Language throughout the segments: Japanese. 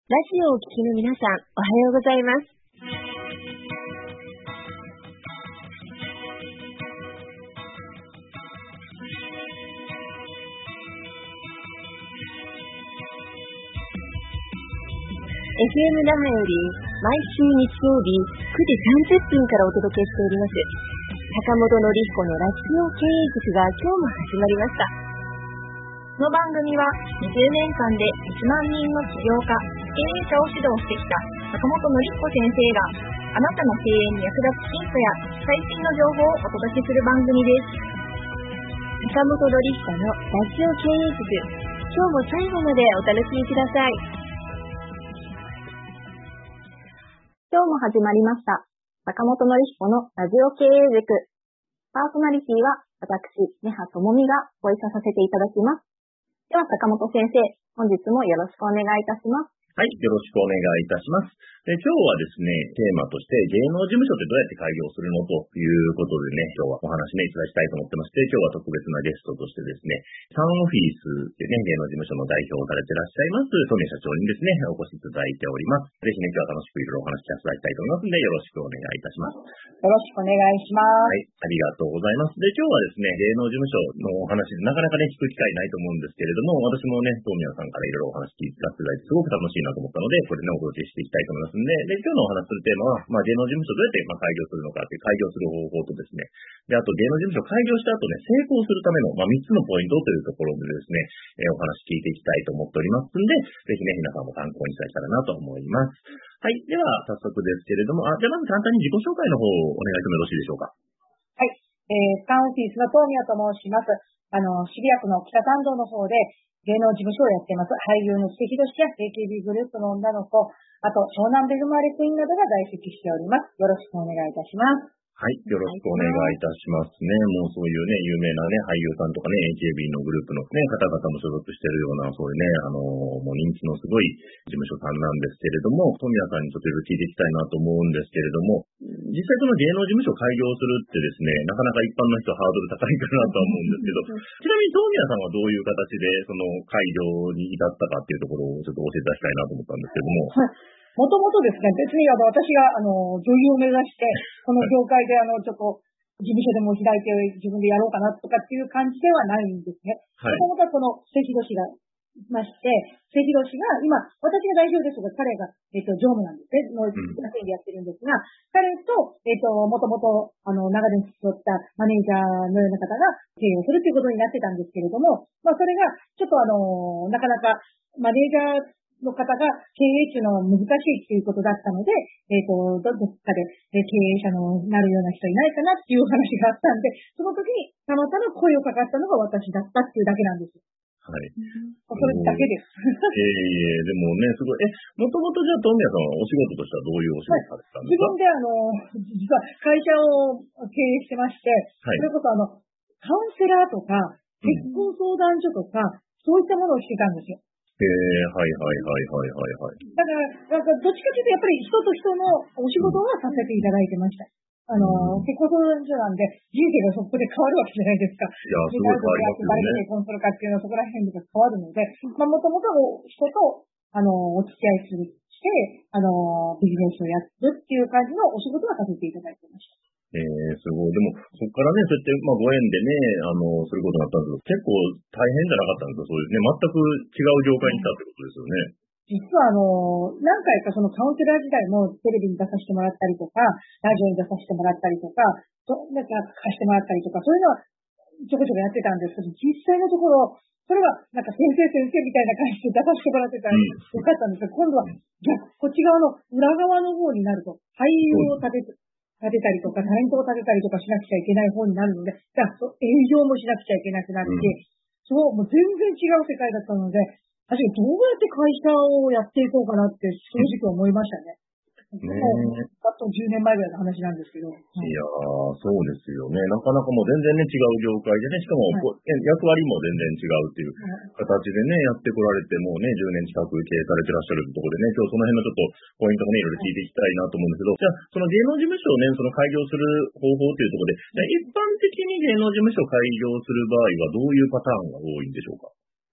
ラジオをお聞きの皆さん、おはようございます。FM 那覇より毎週日曜日9時30分からお届けしております坂本典彦のラジオ経営塾が今日も始まりました。この番組は20年間で1万人の起業家、経営者を指導してきた坂本典彦先生があなたの経営に役立つヒントや最新の情報をお届けする番組です。坂本典彦のラジオ経営塾、今日も最後までお楽しみください。 今日も始まりました。坂本典彦のラジオ経営塾。パーソナリティは私、根葉智美がご一緒させていただきます。では坂本先生、本日もよろしくお願いいたします。 はい、よろしくお願いいたします。今日はですね、テーマとして芸能事務所ってどうやって開業するのということでね、今日はお話ね、いただきたいと思ってまして、今日は特別なゲストとしてですね、サンオフィースでね、芸能事務所の代表をされていらっしゃいます、富社長にですね、お越しいただいております。ぜひね、今日は楽しくいろいろお話しいただきたいと思いますので、よろしくお願いいたします。 よろしくお願いします。 はい、ありがとうございます。で、今日はですね、芸能事務所のお話でなかなかね、聞く機会ないと思うんですけれども、私もね、富谷さんからいろいろお話聞かせていただいて、すごく楽しいなと思ったので、これね、お届けしていきたいと思いますので、今日のお話するテーマは、芸能事務所どうやって開業するのかっていう開業する方法とですね、で、あと芸能事務所開業した後ね、成功するための、3つのポイントというところでですね、お話聞いていきたいと思っておりますので、ぜひね、皆さんも参考にいただけたらなと思います。はい。では、早速ですけれども、じゃあまず簡単に自己紹介の方をお願いしてもよろしいでしょうか。 はい。サンオフィスの東宮と申します。渋谷区の北参道の方で芸能事務所をやっています。俳優の関戸氏や AKB グループの女の子、あと湘南ベルマーレクイーンなどが在籍しております。よろしくお願いいたします。 はい。よろしくお願いいたしますね。もうそういうね、有名なね、俳優さんとかね、AKB のグループのね、方々も所属しているような、そういうね、もう人気のすごい事務所さんなんですけれども、富谷さんにちょっといろいろ聞いていきたいなと思うんですけれども、実際その芸能事務所開業するってですね、なかなか一般の人ハードル高いかなとは思うんですけど、ちなみに富谷さんはどういう形でその開業に至ったかっていうところをちょっと教えていただきたいなと思ったんですけども。 はい。もともとですね、別に私が女優を目指して、この業界でちょっと事務所でも開いて自分でやろうかなとかっていう感じではないんですね。もともとはこの関戸氏がいまして、関戸氏が今、私が代表ですが、彼が、常務なんですね。もう、1年でやってるんですが、彼と、もともと、長年付き合ったマネージャーのような方が経営をするということになってたんですけれども、それが、ちょっとなかなか、マネージャーの方が経営っていうのは難しいっていうことだったので、どっかで経営者のなるような人いないかなっていう話があったんで、その時にたまたま声をかかったのが私だったっていうだけなんです。 はい。 それだけです。 でもね、すごい。もともとじゃあ、富谷さんはお仕事としてはどういうお仕事されてたんですか？ 自分で実は会社を経営してまして、それこそカウンセラーとか、結婚相談所とか、そういったものをしてたんですよ。 はい。 だから、どっちかというとやっぱり人と人のお仕事はさせていただいてました。結婚相談所なんで、人生がそこで変わるわけじゃないですか。 いや、すごい変わりますよね。 誰と結婚するかっていうのはそこら辺が変わるので、もともと人と、お付き合いして、ビジネスをやるっていう感じのお仕事はさせていただいてました。 すごい。でも、そこからね、そうやって、ご縁でね、することになったんですけど、結構大変じゃなかったんですか？そういうね、全く違う業界に来たってことですよね。 実は何回かそのカウンセラー時代もテレビに出させてもらったりとか、ラジオに出させてもらったりとか、なんか貸してもらったりとか、そういうのはちょこちょこやってたんですけど、実際のところ、それはなんか先生みたいな感じで出させてもらってたらよかったんですが、今度はこっち側の裏側の方になると、俳優を立てたりとか、タレントを立てたりとかしなくちゃいけない方になるので、じゃあ営業もしなくちゃいけなくなって、もう全然違う世界だったので、確かにどうやって会社をやっていこうかなって正直思いましたね。あと10年前ぐらいの話なんですけど。いやー、そうですよね。なかなかもう全然ね、違う業界でね、しかも、役割も全然違うっていう形でね、やってこられて、もうね、10年近く経営されてらっしゃるところでね、今日その辺のちょっとポイントもね、いろいろ聞いていきたいなと思うんですけど、じゃあ、その芸能事務所をね、その開業する方法というところで、じゃあ一般的に芸能事務所を開業する場合はどういうパターンが多いんでしょうか？ はい。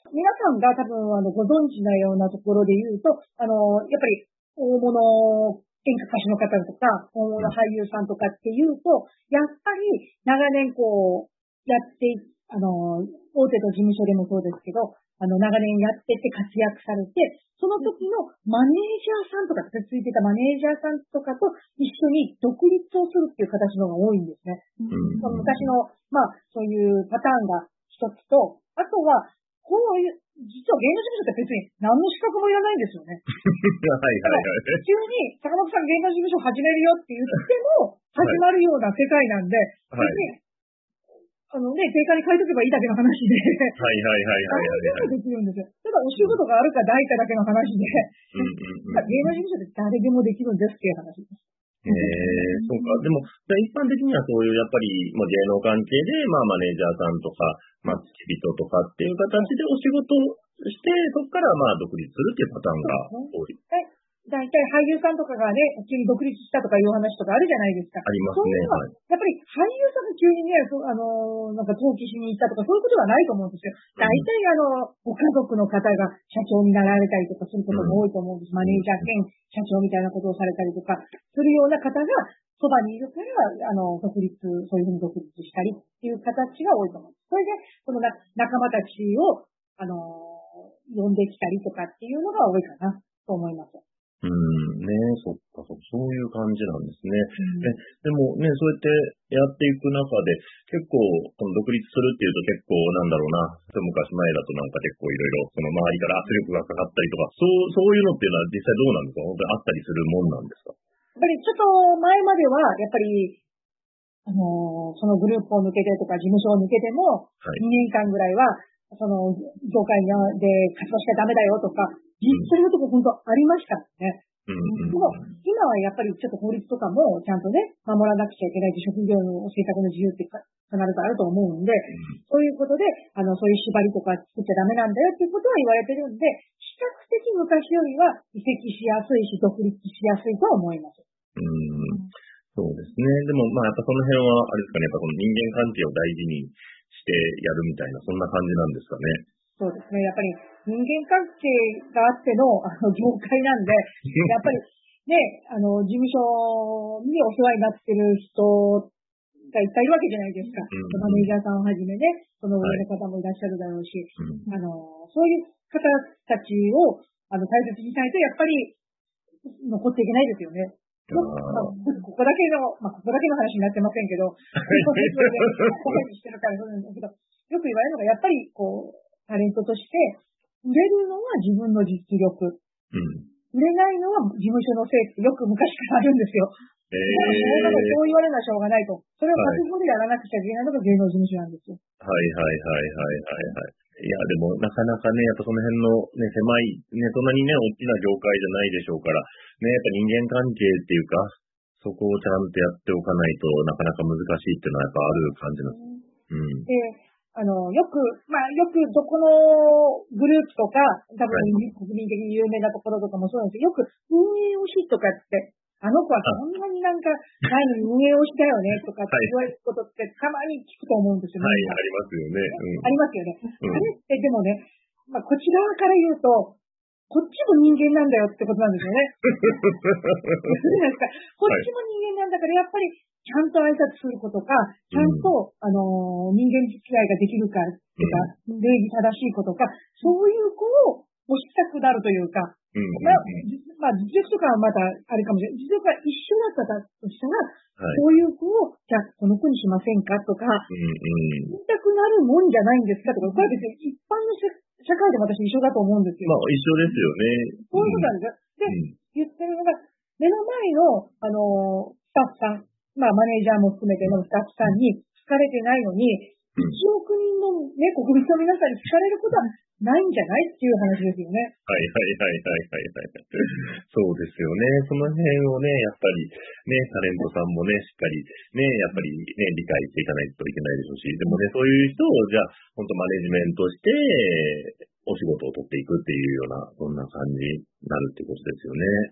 皆さんが多分ご存知なようなところで言うと、やっぱり大物演歌歌手の方とか、大物俳優さんとかっていうと、やっぱり長年やって大手の事務所でもそうですけど、長年やってて活躍されて、その時のマネージャーさんとか、ついてたマネージャーさんとかと一緒に独立をするっていう形の方が多いんですね。昔の、そういうパターンが一つと、あとは、こういう、実は芸能事務所って別に何の資格もいらないんですよね。 はいはいはい。 急に坂本さん芸能事務所始めるよって言っても、始まるような世界なんで、別に、定価に書いとけばいいだけの話で。 はいはいはいはい。 誰でもできるんですよ。ただお仕事があるかないかだけの話で、芸能事務所で誰でもできるんですっていう話です。 そうか。でも、一般的にはそういう、やっぱり、芸能関係で、マネージャーさんとか、付き人とかっていう形でお仕事して、そこから独立するっていうパターンが多い。 大体俳優さんとかがね、急に独立したとかいう話とかあるじゃないですか。 ありますね。 やっぱり俳優さんが急にね、なんか登記しに行ったとかそういうことはないと思うんですよ。大体ご家族の方が社長になられたりとかすることも多いと思うんです。マネージャー兼社長みたいなことをされたりとかするような方がそばにいるから、そういうふうに独立したりっていう形が多いと思うんです。それで、この仲間たちを、呼んできたりとかっていうのが多いかなと思います。 そっか、そういう感じなんですね。でもね、そうやってやっていく中で、結構、独立するっていうと結構、昔前だと結構いろいろ、その周りから圧力がかかったりとか、そういうのっていうのは実際どうなんですか？本当にあったりするもんなんですか？ やっぱりちょっと前までは、やっぱり、そのグループを抜けてとか事務所を抜けても、2年間ぐらいは、その業界で活動しちゃダメだよとか、実際のところ本当ありましたね。でも、今はやっぱりちょっと法律とかもちゃんとね、守らなくちゃいけない職業の生活の自由って必ずあると思うんで、そういうことで、そういう縛りとか作っちゃダメなんだよっていうことは言われてるんで、比較的昔よりは移籍しやすいし、独立しやすいと思います。 そうですね。でも、やっぱその辺は、あれですかね、やっぱこの人間関係を大事にしてやるみたいな、そんな感じなんですかね。 そうですね。やっぱり人間関係があっての業界なんで、やっぱりね、事務所にお世話になってる人がいっぱいいるわけじゃないですか。マネージャーさんをはじめね、その上の方もいらっしゃるだろうし、そういう方たちを大切にしないと、やっぱり残っていけないですよね。ここだけの話になってませんけど、してるからそうなんだけど、よく言われるのが、やっぱりタレントとして、売れるのは自分の実力。売れないのは事務所のせいってよく昔からあるんですよ。そう言われるのはしょうがないと。それを覚悟でやらなくちゃいけないのが芸能事務所なんですよ。 いや、でも、なかなかね、やっぱその辺のね、狭い、ね、そんなにね、大きな業界じゃないでしょうから、ね、やっぱ人間関係っていうか、そこをちゃんとやっておかないとなかなか難しいっていうのはやっぱある感じなんです。 よくどこのグループとか、多分国民的に有名なところとかもそうなんですけど、よく運営をしとかって、あの子はそんなに運営をしたよねとかって言われることってたまに聞くと思うんですよね。 ありますよね。 ありますよね。あれってでもね、こっち側から言うと、こっちも人間なんだよってことなんですよね。こっちも人間なんだから、やっぱりちゃんと挨拶することか、ちゃんと、人間付き合いができるかとか、礼儀正しいことか、そういう子を推したくなるというか、実力とかはまたあれかもしれない。実力が一緒だったとしたら、そういう子を、じゃあこの子にしませんかとか、言いたくなるもんじゃないんですかとか、これは別に一般の社会でも私一緒だと思うんですよ。 一緒ですよね。 そういうことなんですよ。で、言ってるのが、目の前の、スタッフさん、マネージャーも含めてのスタッフさんに好かれてないのに、1億人のね、国民の皆さんに好かれることはないんじゃないっていう話ですよね。 そうですよね。その辺をね、やっぱりね、タレントさんもね、しっかりね、やっぱりね、理解していかないといけないでしょうし、でもね、そういう人を、じゃあ、本当マネジメントして、お仕事を取っていくっていうような、そんな感じになるってことですよね。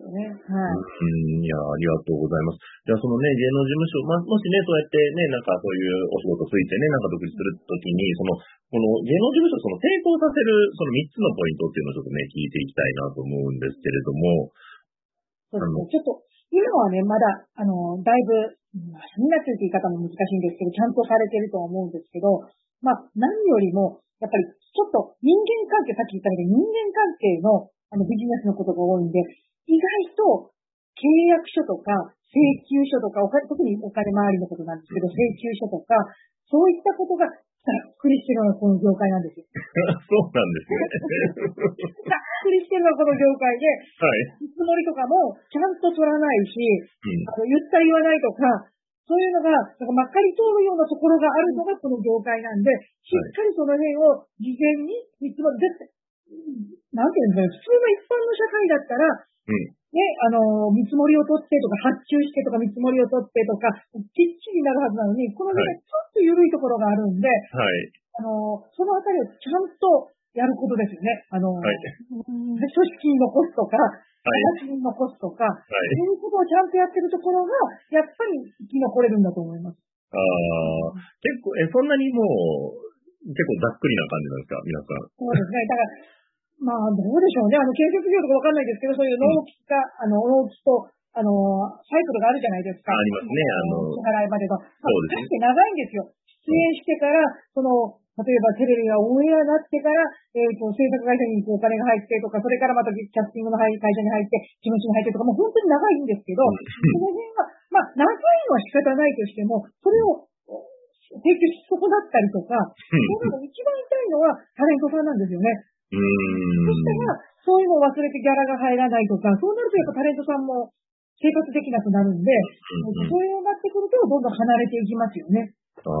ね。はい。 いや、ありがとうございます。じゃあそのね、芸能事務所、もしね、そうやってね、なんかそういうお仕事ついてね、なんか独立するときに、この芸能事務所、成功させる、その3つのポイントっていうのをちょっとね、聞いていきたいなと思うんですけれども。 そうですね。ちょっと、今はね、まだ、だいぶ、みんなついて言い方も難しいんですけど、ちゃんとされてるとは思うんですけど、まあ、何よりも、やっぱり、ちょっと人間関係、さっき言ったけど、人間関係の、ビジネスのことが多いんで、意外と、契約書とか、請求書とか、特にお金回りのことなんですけど、請求書とか、そういったことが、ざっくりしてるのがこの業界なんですよ。 そうなんですね。 ざっくりしてるのがこの業界で、 はい。 見積もりとかもちゃんと取らないし、言った言わないとか、そういうのが、なんかまっかり通るようなところがあるのがこの業界なんで、しっかりその辺を事前に見積もり、なんていうんですかね、普通の一般の社会だったら、ね、見積もりを取ってとか、発注してとか、見積もりを取ってとか、きっちりなるはずなのに、この辺がちょっと緩いところがあるんで、 はい。 そのあたりをちゃんとやることですよね。組織に残すとか、形に残すとか、そういうことをちゃんとやってるところが、やっぱり生き残れるんだと思います。 結構、そんなにもう、結構ざっくりな感じなんですか、皆さん。 そうですね。だから、まあ、どうでしょうね。建設業とかわかんないですけど、そういう納期と、サイクルがあるじゃないですか。 ありますね。 支払いまでの。 そうですね。 長いんですよ。出演してから、例えばテレビがオンエアになってから、制作会社にお金が入ってとか、それからまたキャスティングの会社に入って、事務所に入ってとか、もう本当に長いんですけど、その辺は、まあ、長いのは仕方ないとしても、それを提供し損なったりとか、そういうの一番痛いのはタレントさんなんですよね。そしたら、そういうのを忘れてギャラが入らないとか、そうなるとやっぱタレントさんも生活できなくなるんで、そういうのになってくると、どんどん離れていきますよね。 そ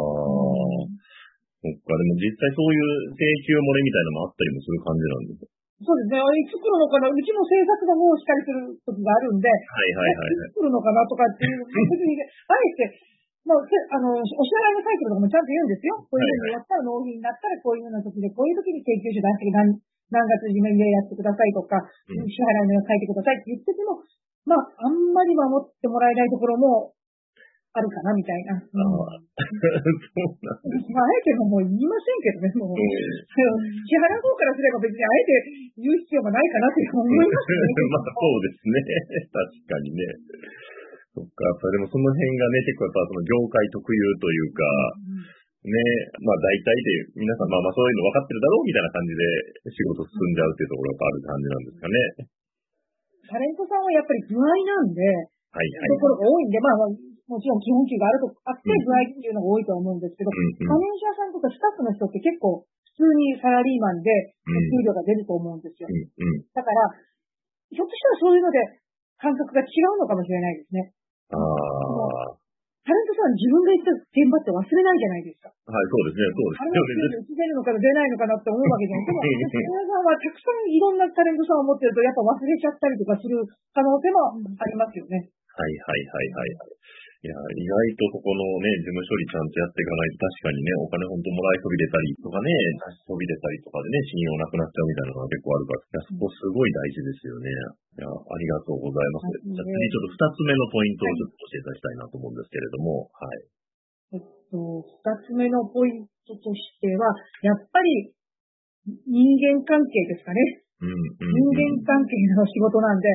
っか、でも実際そういう請求漏れみたいなのもあったりもする感じなんですか？ そうですね。いつ来るのかな、うちも制作がもうしたりする時があるんで、いつ来るのかなとかっていう、別に、あえて、お支払いのサイクルとかもちゃんと言うんですよ。こういうふうにやったら納品になったらこういうような時で、こういう時に請求書出して何月締めでやってくださいとか、支払いの書いてくださいって言ってても、まあ、あんまり守ってもらえないところもあるかなみたいな。 そうなんです。 まあ、あえてもう言いませんけどね、もう。支払う方からすれば別にあえて言う必要がないかなって思いますね。 まあ、そうですね。確かにね。そっか、それもその辺がね、結構やっぱその業界特有というか、ね、まあ大体で皆さんまあそういうの分かってるだろうみたいな感じで仕事進んじゃうっていうところがある感じなんですかね。 タレントさんはやっぱり歩合なんで、ところが多いんで、まあもちろん基本給があるとあって歩合っていうのが多いと思うんですけど、マネージャーさんとかスタッフの人って結構普通にサラリーマンで給料が出ると思うんですよ。だから、ひょっとしたらそういうので感覚が違うのかもしれないですね。タレントさん自分が行った現場って忘れないじゃないですか。 はい、そうですね、そうですね。 いつ出るのか出ないのかなって思うわけじゃないですか。タレントさんはたくさんいろんなタレントさんを持ってるとやっぱ忘れちゃったりとかする可能性もありますよね。 はい。いや、意外とここのね、事務処理ちゃんとやっていかないと確かにね、お金ほんともらいそびれたりとかね、出しそびれたりとかでね、信用なくなっちゃうみたいなのが結構あるから、そこすごい大事ですよね。いや、ありがとうございます。じゃあ次ちょっと二つ目のポイントをちょっと教えていただきたいなと思うんですけれども、はい。 二つ目のポイントとしては、やっぱり人間関係ですかね。人間関係の仕事なんで、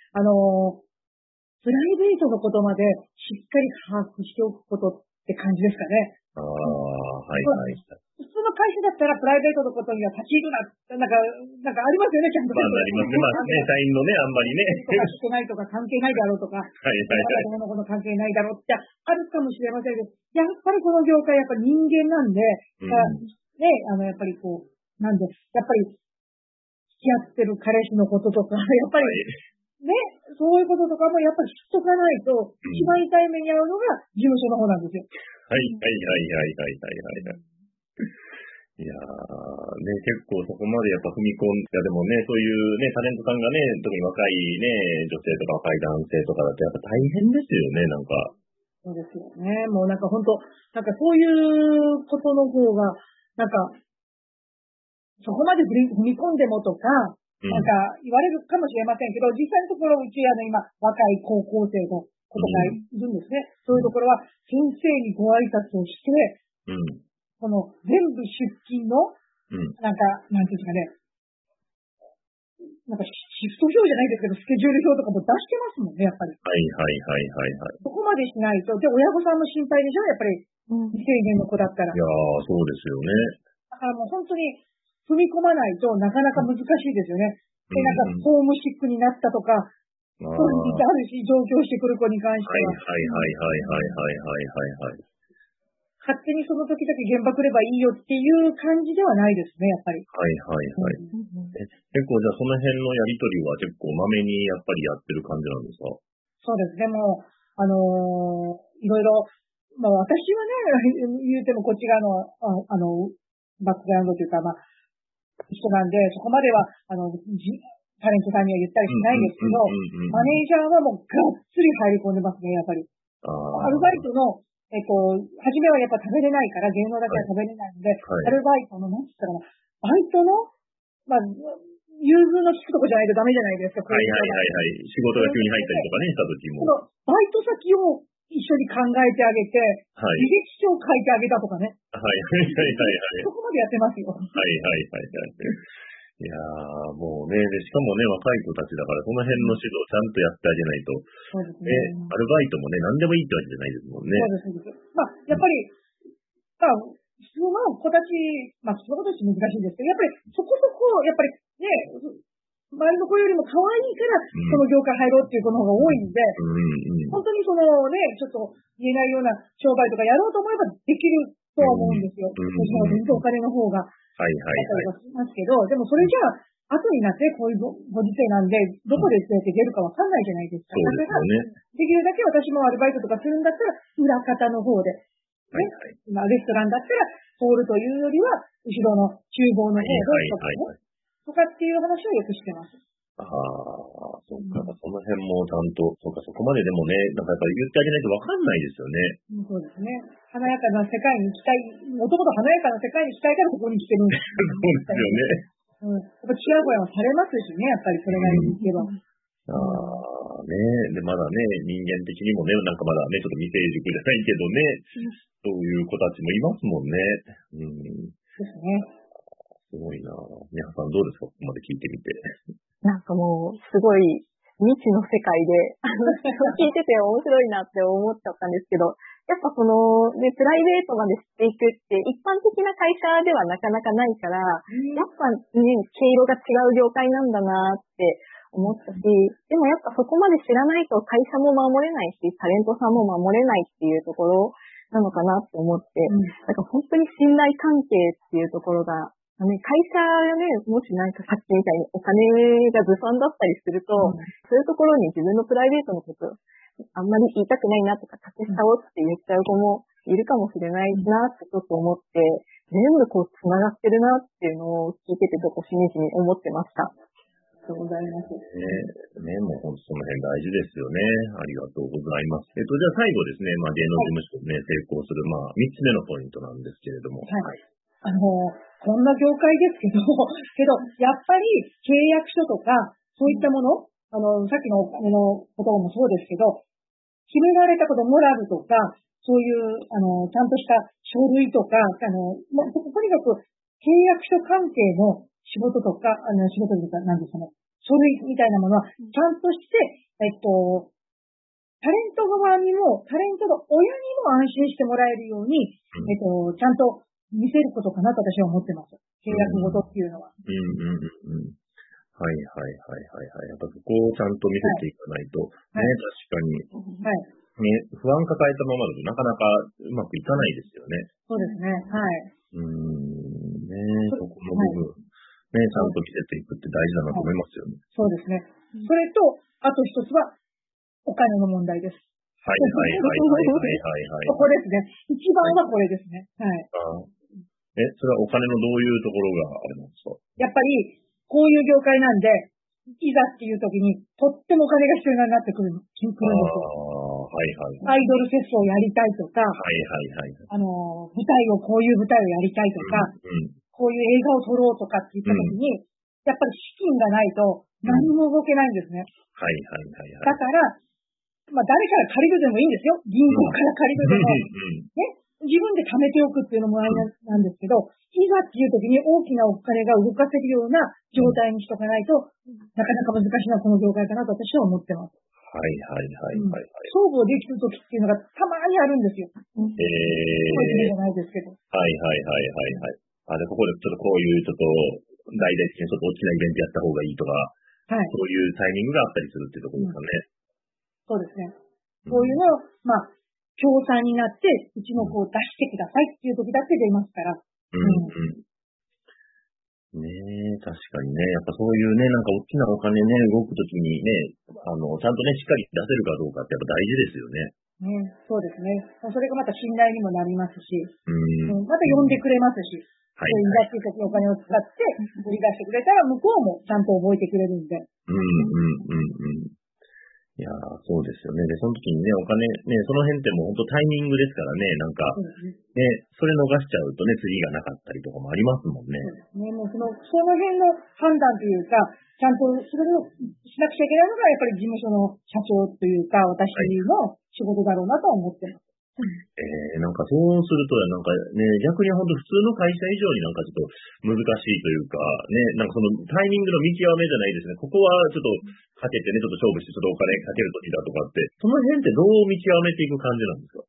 プライベートのことまでしっかり把握しておくことって感じですかね。 はい。 普通の会社だったらプライベートのことには立ち入るな、なんかありますよね、ちゃんと。 ありますね。まあね、社員のね、あんまりね。 してないとか関係ないだろうとか、子供のこと関係ないだろうってあるかもしれませんけど、やっぱりこの業界やっぱり人間なんで、やっぱりこう、なんで、やっぱり付き合ってる彼氏のこととか、やっぱり、ね、そういうこととかもやっぱり知っとかないと、一番痛い目に遭うのが事務所の方なんですよ。 いやー、ね、結構そこまでやっぱ踏み込んで、でもね、そういうね、タレントさんがね、特に若いね、女性とか若い男性とかだとやっぱ大変ですよね、なんか。 そうですよね。もうなんか本当、なんかそういうことの方が、なんか、そこまで踏み込んでもとか、 なんか言われるかもしれませんけど、実際のところうち今、若い高校生の子とかいるんですね。そういうところは先生にご挨拶をして、この全部出勤の、なんていうんですかね、なんかシフト表じゃないですけど、スケジュール表とかも出してますもんね、やっぱり。そこまでしないと、で、親御さんも心配でしょ、やっぱり、未成年の子だったら。 いやー、そうですよね。 だからもう本当に踏み込まないとなかなか難しいですよね。で、なんか、ホームシックになったとか、そういうのってあるし、上京してくる子に関しては。勝手にその時だけ現場来ればいいよっていう感じではないですね、やっぱり。 結構じゃあその辺のやりとりは結構まめにやっぱりやってる感じなんですか？ そうですね、もう、いろいろ、まあ私はね、言うてもこっち側の、バックグラウンドというか、人なんで、そこまでは、タレントさんには言ったりしないんですけど、マネージャーはもうがっつり入り込んでますね、やっぱり。アルバイトの、初めはやっぱ食べれないから、芸能だけは食べれないので、アルバイトの、なんつったら、バイトの、融通の利くとこじゃないとダメじゃないですか。 仕事が急に入ったりとかね、した時も。 バイト先を一緒に考えてあげて、履歴書を書いてあげたとかね。そこまでやってますよ。いやー、もうね、しかもね、若い子たちだから、その辺の指導をちゃんとやってあげないと。そうですね。アルバイトもね、何でもいいってわけじゃないですもんね。 そうです。やっぱり、普通の子たち、普通の子たち難しいんですけど、やっぱりそこそこ、やっぱりね、周りの子よりも可愛いから、その業界入ろうっていう子の方が多いんで、本当にそのね、ちょっと言えないような商売とかやろうと思えばできるとは思うんですよ。その全然お金の方が。しますけど、でもそれじゃあ、後になってこういうご時世なんで、どこで出るかわかんないじゃないですか。だから、できるだけ私もアルバイトとかするんだったら、裏方の方で、レストランだったら、ホールというよりは、後ろの厨房の方でとかっていう話をよくしてます。 そっか、その辺もちゃんと、そこまででもね、なんかやっぱり言ってあげないとわかんないですよね。 そうですね。華やかな世界に行きたい、もともと華やかな世界に行きたいからここに来てるんです。そうですよね。やっぱチヤホヤはされますしね、やっぱりそれなりに行けば。 で、まだね、人間的にもね、なんかまだね、ちょっと未成熟じゃないけどね、そういう子たちもいますもんね。 ですね。 すごいなぁ。皆さんどうですか？ここまで聞いてみて。 なんかもう、すごい未知の世界で、聞いてて面白いなって思っちゃったんですけど、やっぱその、ね、プライベートまで知っていくって、一般的な会社ではなかなかないから、やっぱね、毛色が違う業界なんだなって思ったし、でもやっぱそこまで知らないと会社も守れないし、タレントさんも守れないっていうところなのかなって思って、なんか本当に信頼関係っていうところが、会社がね、もしなんかさっきみたいにお金がずさんだったりすると、そういうところに自分のプライベートのことあんまり言いたくないなとか、隠したおって言っちゃう子もいるかもしれないなってちょっと思って、全部こう繋がってるなっていうのを聞いててちょっとしみじみ思ってました。 そうございます。 もう本当その辺大事ですよね。ありがとうございます。じゃあ最後ですね、芸能事務所ね、成功する、3つ目のポイントなんですけれども。 こんな業界ですけど、やっぱり契約書とか、そういったもの、さっきのお金のこともそうですけど、決められたこと、モラルとか、そういう、ちゃんとした書類とか、とにかく契約書関係の仕事とか、仕事とか、なんですかね、書類みたいなものは、ちゃんとして、タレント側にも、タレントの親にも安心してもらえるように、ちゃんと見せることかなと私は思ってます。契約事っていうのは。 やっぱそこをちゃんと見せていかないと、確かに、不安抱えたままだとなかなかうまくいかないですよね。 そうですね。 そこの部分、ちゃんと見せていくって大事だなと思いますよね。 そうですね。それと、あと一つは、お金の問題です。ここですね。一番はこれですね。 それはお金のどういうところがあれなんですか？ やっぱり、こういう業界なんで、いざっていう時に、とってもお金が必要になってくるんですよ。アイドルフェスをやりたいとか、舞台をこういう舞台をやりたいとか、こういう映画を撮ろうとかって言った時に、 やっぱり資金がないと何も動けないんですね。 はいはいはいはい。 だから、誰から借りるでもいいんですよ。銀行から借りるでも。ね。自分で貯めておくっていうのもあれなんですけど、いざっていう時に大きなお金が動かせるような状態にしとかないと、なかなか難しいのはこの業界かなと私は思ってます。 はいはいはいはい。 勝負をできる時っていうのがたまにあるんですよ。そういうじゃないですけど。 はいはいはいはいはい。で、ここでちょっとこういうちょっと大々的にちょっと大きなイベントやった方がいいとか、はい、そういうタイミングがあったりするっていうところですかね。 そうですね。こういうのを、協賛になって、うちの子を出してくださいっていう時だって出ますから。 ねえ、確かにね。やっぱそういうね、なんか大きなお金ね、動くときにね、ちゃんとね、しっかり出せるかどうかってやっぱ大事ですよね。 そうですね。それがまた信頼にもなりますし、また呼んでくれますし、はい、いざっていう時にお金を使って売り出してくれたら、向こうもちゃんと覚えてくれるんで。 いやー、そうですよね。で、その時にね、お金、ね、その辺ってもう本当タイミングですからね、なんか、ね、それ逃しちゃうとね、次がなかったりとかもありますもんね。 そうですね。もうその辺の判断というか、ちゃんとそれをしなくちゃいけないのが、やっぱり事務所の社長というか、私の仕事だろうなと思ってます。 なんかそうすると、なんかね、逆に本当普通の会社以上になんかちょっと難しいというか、ね、なんかそのタイミングの見極めじゃないですね。ここはちょっとかけてね、ちょっと勝負してちょっとお金かけるときだとかって、その辺ってどう見極めていく感じなんですか？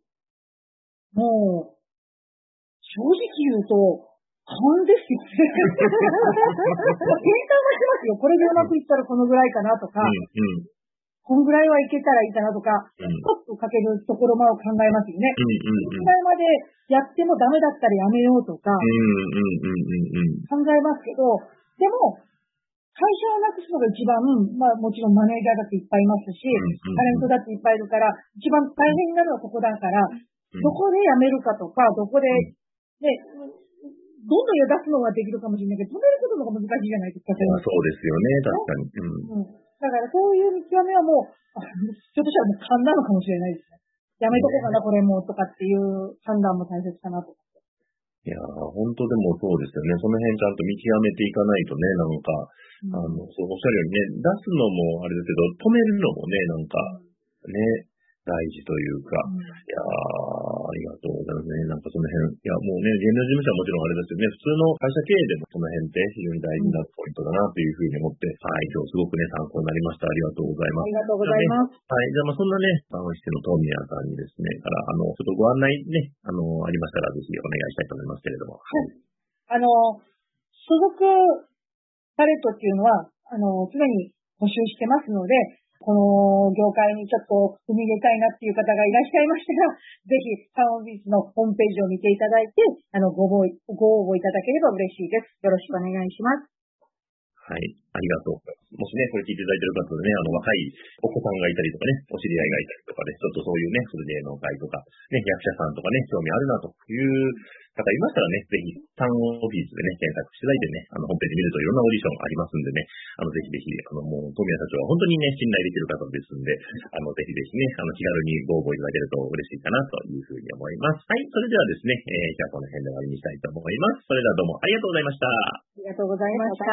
もう、正直言うと、勘ですよね。計算はしますよ。これでうまくいったらこのぐらいかなとか、こんぐらいはいけたらいいかなとか、ちょっとかけるところを考えますよね。このぐらいまでやってもダメだったらやめようとか、考えますけど、でも、会社をなくすのが一番、もちろんマネージャーだっていっぱいいますし、タレントだっていっぱいいるから、一番大変になるのはそこだから、どこでやめるかとか、どこで、ね、どんどん出すのはできるかもしれないけど、止めることの方が難しいじゃないですか。 そうですよね、確かに。 だからそういう見極めはもう、ちょっとしたらもう勘なのかもしれないですね。やめとこうかな、これも、とかっていう判断も大切かなと。 いやー、本当でもそうですよね。その辺ちゃんと見極めていかないとね、なんか、そうおっしゃるようにね、出すのもあれですけど、止めるのもね、なんか、ね、大事というか、いやー、ありがとうございますね。なんかその辺、いや、もうね、芸能事務所はもちろんあれですよね、普通の会社経営でもその辺って非常に大事なポイントだなというふうに思って、はい、今日すごくね、参考になりました。ありがとうございます。 ありがとうございます。 はい、じゃあそんなね、番してのトミヤさんにですね、からちょっとご案内ね、ありましたらぜひお願いしたいと思いますけれども。 はい。所属タレントっていうのは、常に募集してますので、この業界にちょっと踏み入れたいなっていう方がいらっしゃいましたら、ぜひサンオフィスのホームページを見ていただいて、ご応募いただければ嬉しいです。よろしくお願いします。 はい、ありがとうございます。もしね、これ聞いていただいている方でね、若いお子さんがいたりとかね、お知り合いがいたりとかね、ちょっとそういうね、それで芸能界とか、ね、役者さんとかね、興味あるなという方いましたらね、ぜひ、サンオフィスでね、検索していただいてね、ホームページ見るといろんなオーディションありますんでね、ぜひぜひ、もう、富谷社長は本当にね、信頼できる方ですんで、ぜひぜひね、気軽にご応募いただけると嬉しいかなというふうに思います。はい、それではですね、じゃあこの辺で終わりにしたいと思います。それではどうもありがとうございました。 ありがとうございました。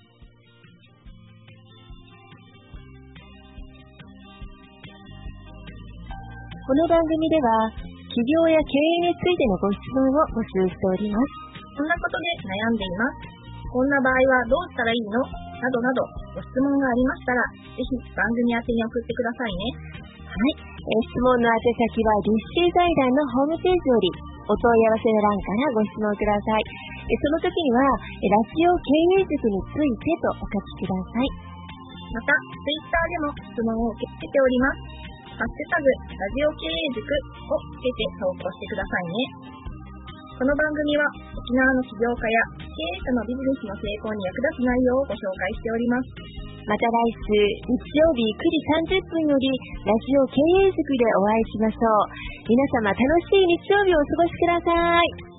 この番組では、起業や経営についてのご質問を募集しております。 こんなことで悩んでいます。こんな場合はどうしたらいいの？などなど、ご質問がありましたら、ぜひ番組宛てに送ってくださいね。 はい。質問の宛先は、立志財団のホームページより、お問い合わせの欄からご質問ください。その時には、ラジオ経営塾についてとお書きください。 また、ツイッターでも質問を受け付けております。ハッシュタグ、ラジオ経営塾をつけて投稿してくださいね。この番組は沖縄の起業家や経営者のビジネスの成功に役立つ内容をご紹介しております。 また来週日曜日9時30分よりラジオ経営塾でお会いしましょう。皆様楽しい日曜日をお過ごしください。